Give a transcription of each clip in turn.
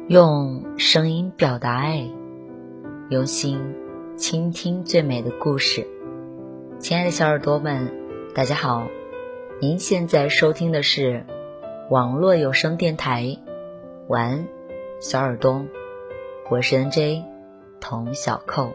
用声音表达爱，用心倾听最美的故事。亲爱的小耳朵们，大家好，您现在收听的是网络有声电台晚安小耳朵，我是 NJ 童小扣。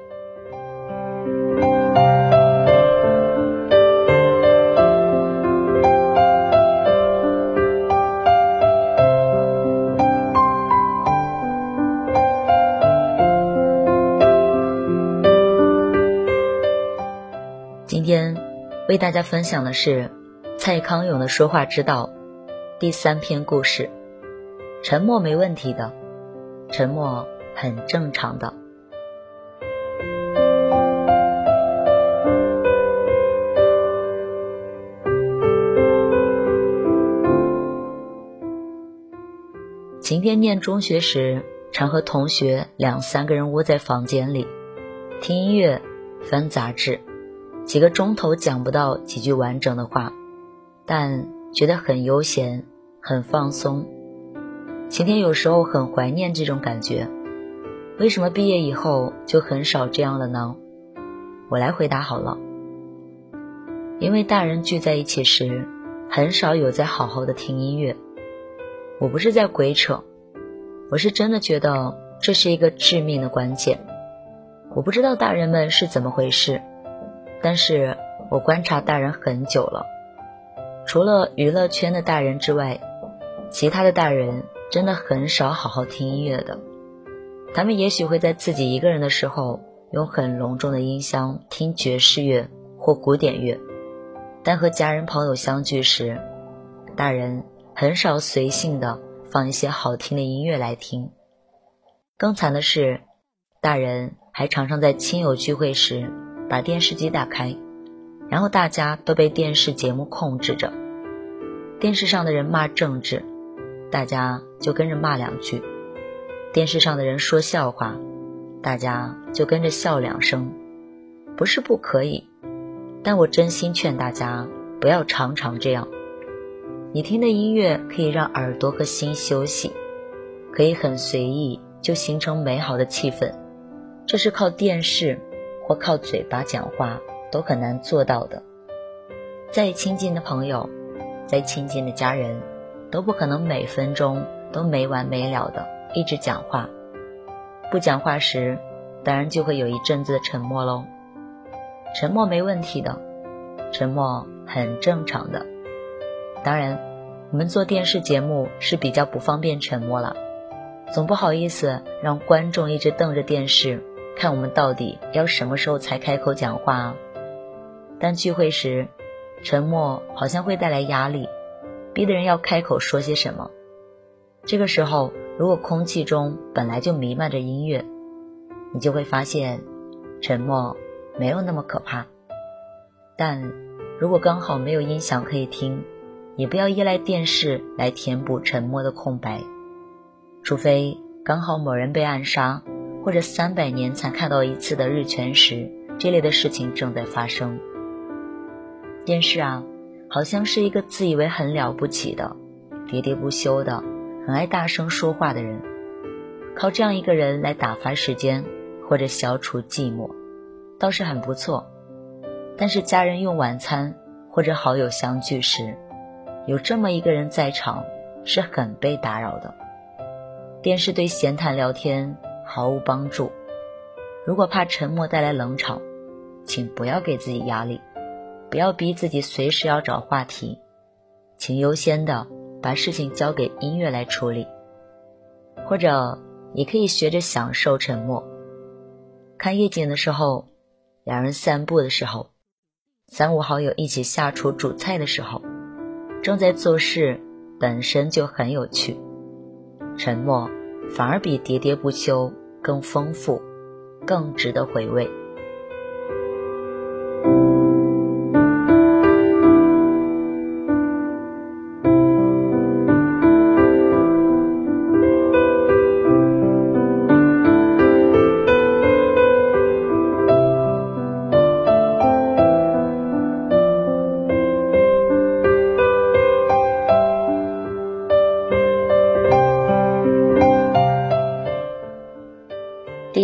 今天为大家分享的是蔡康永的说话之道第3篇故事。沉默没问题的，沉默很正常的。晴天念中学时，常和同学2-3个人窝在房间里听音乐翻杂志，几个钟头讲不到几句完整的话，但觉得很悠闲很放松。晴天有时候很怀念这种感觉，为什么毕业以后就很少这样了呢？我来回答好了。因为大人聚在一起时，很少有在好好的听音乐。我不是在鬼扯，我是真的觉得这是一个致命的关键。我不知道大人们是怎么回事，但是我观察大人很久了，除了娱乐圈的大人之外，其他的大人真的很少好好听音乐的。他们也许会在自己一个人的时候用很隆重的音箱听爵士乐或古典乐，但和家人朋友相聚时，大人很少随性的放一些好听的音乐来听。更惨的是，大人还常常在亲友聚会时把电视机打开，然后大家都被电视节目控制着。电视上的人骂政治，大家就跟着骂2句；电视上的人说笑话，大家就跟着笑2声。不是不可以，但我真心劝大家不要常常这样。你听的音乐可以让耳朵和心休息，可以很随意就形成美好的气氛，这是靠电视或靠嘴巴讲话都很难做到的。再亲近的朋友，再亲近的家人，都不可能每分钟都没完没了的一直讲话。不讲话时，当然就会有一阵子的沉默咯。沉默没问题的，沉默很正常的。当然，我们做电视节目是比较不方便沉默了，总不好意思让观众一直瞪着电视看我们到底要什么时候才开口讲话啊。但聚会时，沉默好像会带来压力，逼得人要开口说些什么。这个时候，如果空气中本来就弥漫着音乐，你就会发现沉默没有那么可怕。但如果刚好没有音响可以听，也不要依赖电视来填补沉默的空白，除非刚好某人被暗杀，或者300年才看到一次的日全食，这类的事情正在发生。电视啊，好像是一个自以为很了不起的、喋喋不休的、很爱大声说话的人，靠这样一个人来打发时间或者消除寂寞，倒是很不错。但是家人用晚餐或者好友相聚时，有这么一个人在场，是很被打扰的。电视对闲谈聊天毫无帮助。如果怕沉默带来冷场，请不要给自己压力，不要逼自己随时要找话题，请优先的把事情交给音乐来处理。或者也可以学着享受沉默，看夜景的时候，2人散步的时候，3-5好友一起下厨煮菜的时候，正在做事本身就很有趣，沉默反而比喋喋不休更丰富，更值得回味。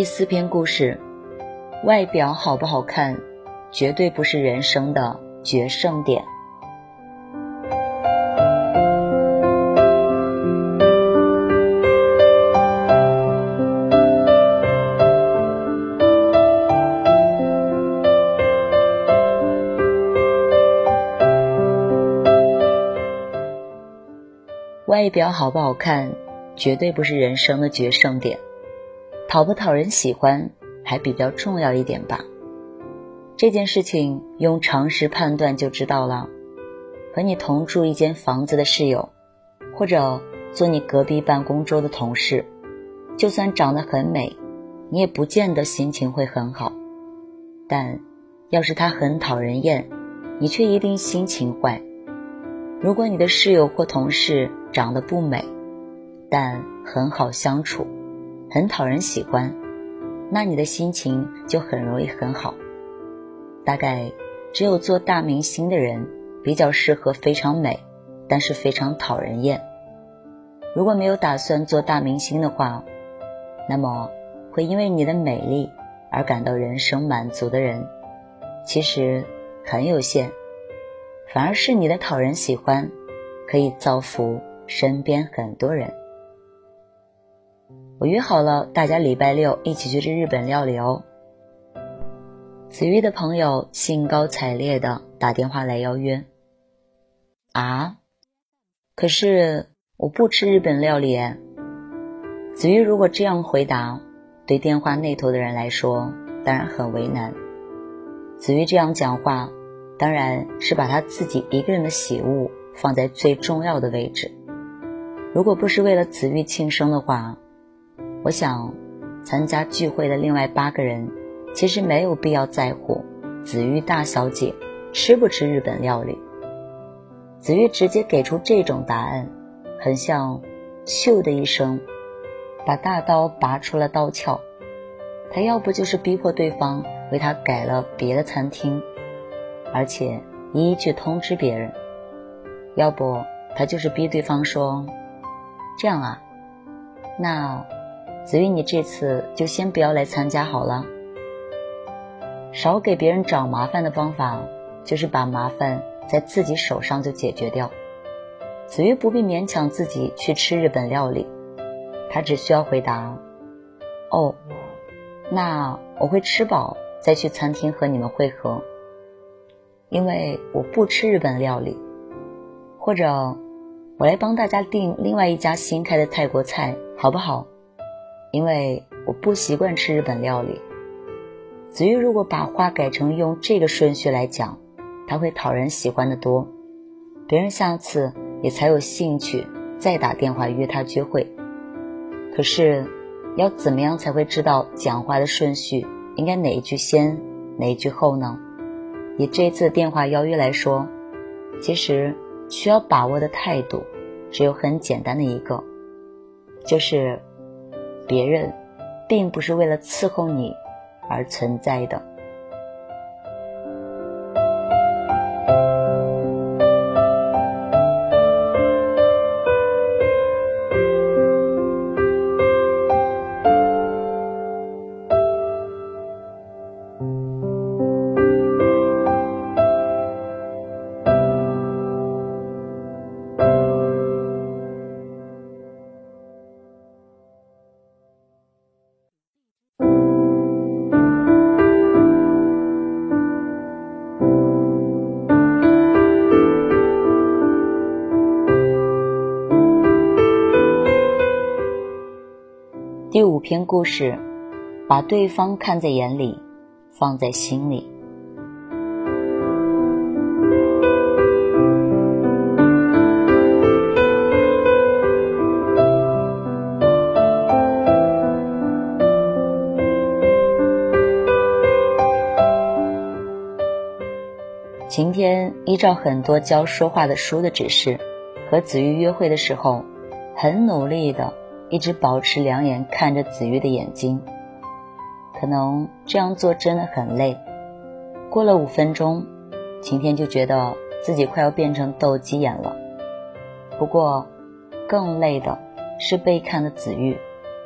4篇故事，外表好不好看，绝对不是人生的决胜点。外表好不好看，绝对不是人生的决胜点。讨不讨人喜欢，还比较重要一点吧。这件事情用常识判断就知道了。和你同住一间房子的室友，或者做你隔壁办公桌的同事，就算长得很美，你也不见得心情会很好。但要是他很讨人厌，你却一定心情坏。如果你的室友或同事长得不美，但很好相处，很讨人喜欢，那你的心情就很容易很好。大概只有做大明星的人比较适合非常美，但是非常讨人厌。如果没有打算做大明星的话，那么会因为你的美丽而感到人生满足的人，其实很有限。反而是你的讨人喜欢，可以造福身边很多人。我约好了大家礼拜六一起去吃日本料理哦。子玉的朋友兴高采烈地打电话来邀约。啊？可是我不吃日本料理耶。子玉如果这样回答，对电话那头的人来说当然很为难。子玉这样讲话，当然是把他自己一个人的喜恶放在最重要的位置。如果不是为了子玉庆生的话，我想参加聚会的另外8个人其实没有必要在乎子玉大小姐吃不吃日本料理。子玉直接给出这种答案，很像咻的一声把大刀拔出了刀鞘。他要不就是逼迫对方为他改了别的餐厅，而且一一去通知别人，要不他就是逼对方说，这样啊，那子玉你这次就先不要来参加好了。少给别人找麻烦的方法，就是把麻烦在自己手上就解决掉。子玉不必勉强自己去吃日本料理，他只需要回答，哦，那我会吃饱再去餐厅和你们会合，因为我不吃日本料理。或者我来帮大家订另外一家新开的泰国菜好不好？因为我不习惯吃日本料理。子玉如果把话改成用这个顺序来讲，他会讨人喜欢的多，别人下次也才有兴趣再打电话约他约会。可是要怎么样才会知道讲话的顺序应该哪一句先哪一句后呢？以这次电话邀约来说，其实需要把握的态度只有很简单的一个，就是别人并不是为了伺候你而存在的。第5篇故事，把对方看在眼里，放在心里。晴天依照很多教说话的书的指示，和子玉约会的时候，很努力的一直保持两眼看着子玉的眼睛。可能这样做真的很累。过了5分钟，晴天就觉得自己快要变成斗鸡眼了。不过更累的是被看的子玉。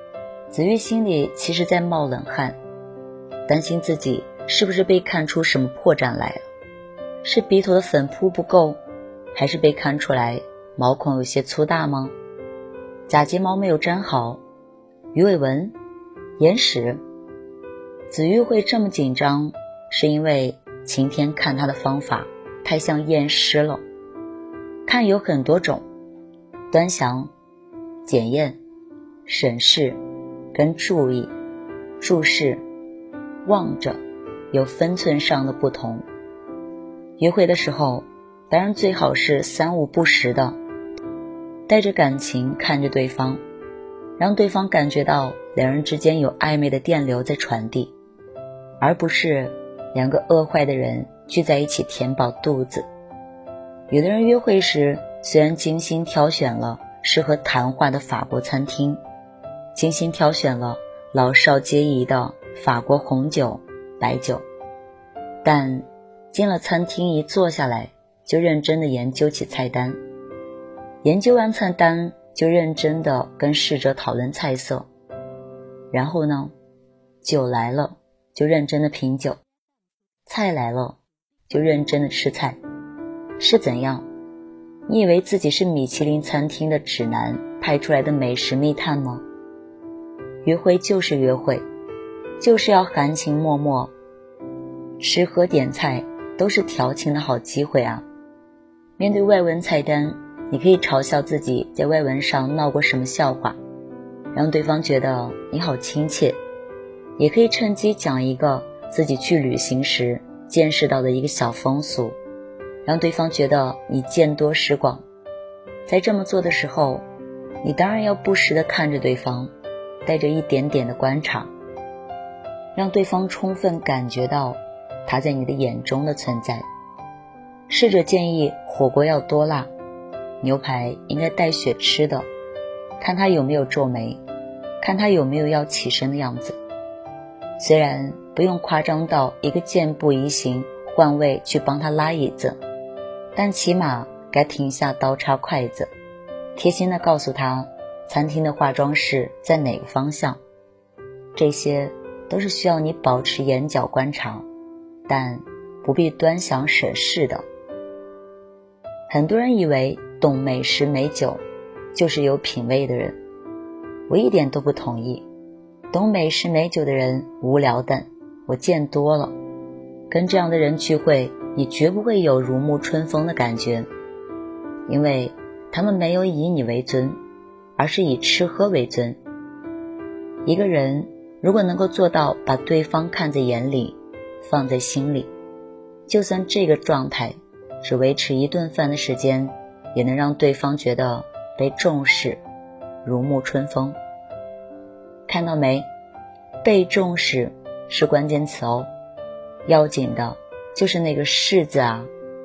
子玉心里其实在冒冷汗，担心自己是不是被看出什么破绽来了，是鼻头的粉扑不够，还是被看出来毛孔有些粗大吗？假睫毛没有粘好，鱼尾纹，眼屎。子玉会这么紧张，是因为晴天看他的方法太像验尸了。看有很多种，端详、检验、审视跟注意、注视、望着有分寸上的不同。约会的时候当然最好是三五不时的，带着感情看着对方，让对方感觉到两人之间有暧昧的电流在传递，而不是两个饿坏的人聚在一起填饱肚子。有的人约会时虽然精心挑选了适合谈话的法国餐厅，精心挑选了老少皆宜的法国红酒、白酒，但进了餐厅一坐下来就认真地研究起菜单，研究完菜单就认真地跟侍者讨论菜色，然后呢，酒来了就认真地品酒，菜来了就认真地吃菜。是怎样？你以为自己是米其林餐厅的指南派出来的美食密探吗？约会就是约会，就是要含情脉脉，吃喝点菜都是调情的好机会啊。面对外文菜单，你可以嘲笑自己在外文上闹过什么笑话，让对方觉得你好亲切，也可以趁机讲一个自己去旅行时见识到的一个小风俗，让对方觉得你见多识广。在这么做的时候，你当然要不时地看着对方，带着一点点的观察，让对方充分感觉到他在你的眼中的存在。试着建议火锅要多辣，牛排应该带血吃的，看他有没有皱眉，看他有没有要起身的样子。虽然不用夸张到一个箭步移形换位去帮他拉椅子，但起码该停下刀叉筷子，贴心地告诉他餐厅的化妆室在哪个方向。这些都是需要你保持眼角观察，但不必端详审视的。很多人以为懂美食美酒就是有品味的人，我一点都不同意。懂美食美酒的人无聊蛋，我见多了。跟这样的人聚会，你绝不会有如沐春风的感觉，因为他们没有以你为尊，而是以吃喝为尊。一个人如果能够做到把对方看在眼里，放在心里，就算这个状态只维持一顿饭的时间，也能让对方觉得被重视，如沐春风。看到没？被重视是关键词哦，要紧的就是那个是字啊。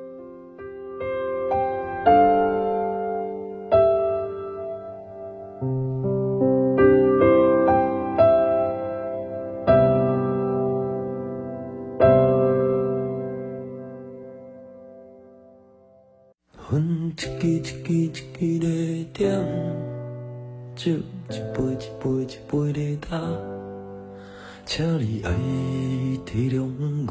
分一支一支一支在点，酒一杯一杯一杯在打，请你爱体谅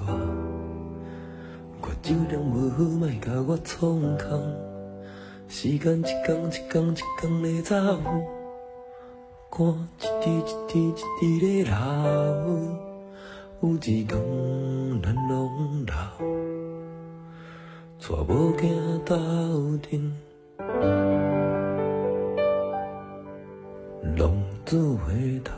我酒量无好，莫甲我创空。时间一天一天一天在走，汗一滴一滴一滴在流，有一天咱拢老。带某囝斗阵，浪子回头。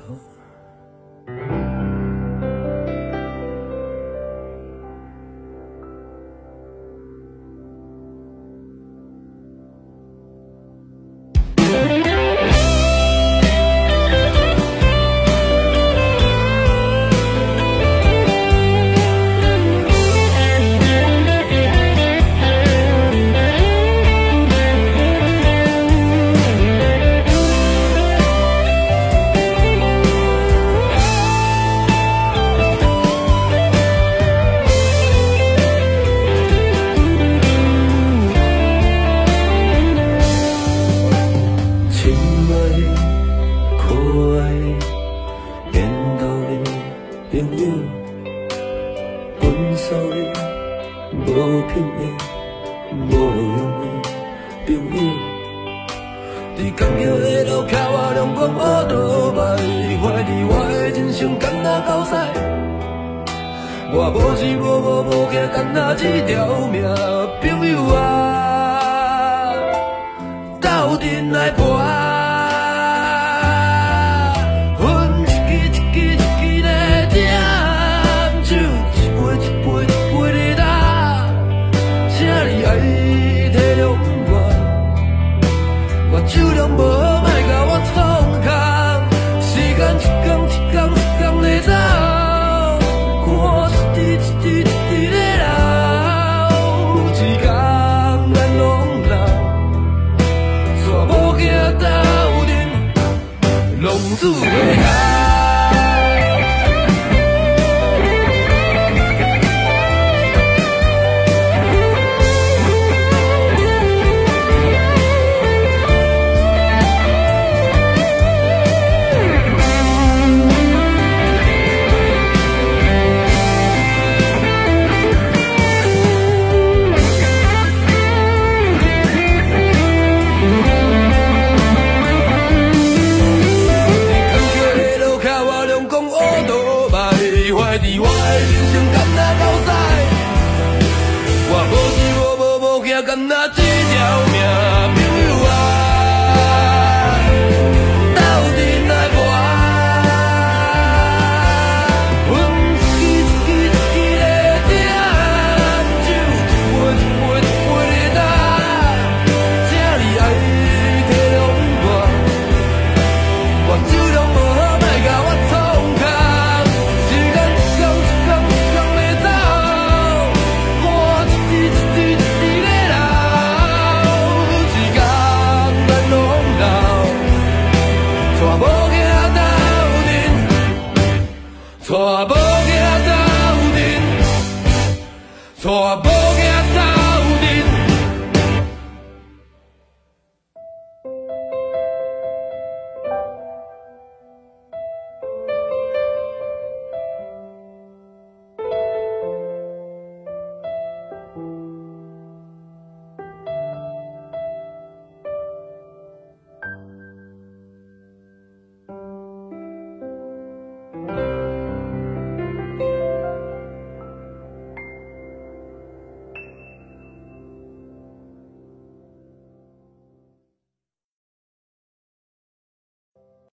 朋友，分手的，无品的，无用的朋友。伫工桥的路徛我阳光乌倒摆，怀疑我的人生敢若狗屎。我无时无行，干那一条命，朋友啊，斗阵来搏。分一支一支来点酒，一杯一杯一杯的干，请你爱体谅我，我酒量无好，莫甲我创空。时间一天一天一天在走，汗一滴一滴一滴在流，一天咱拢老，煞无行斗阵，浪子回头。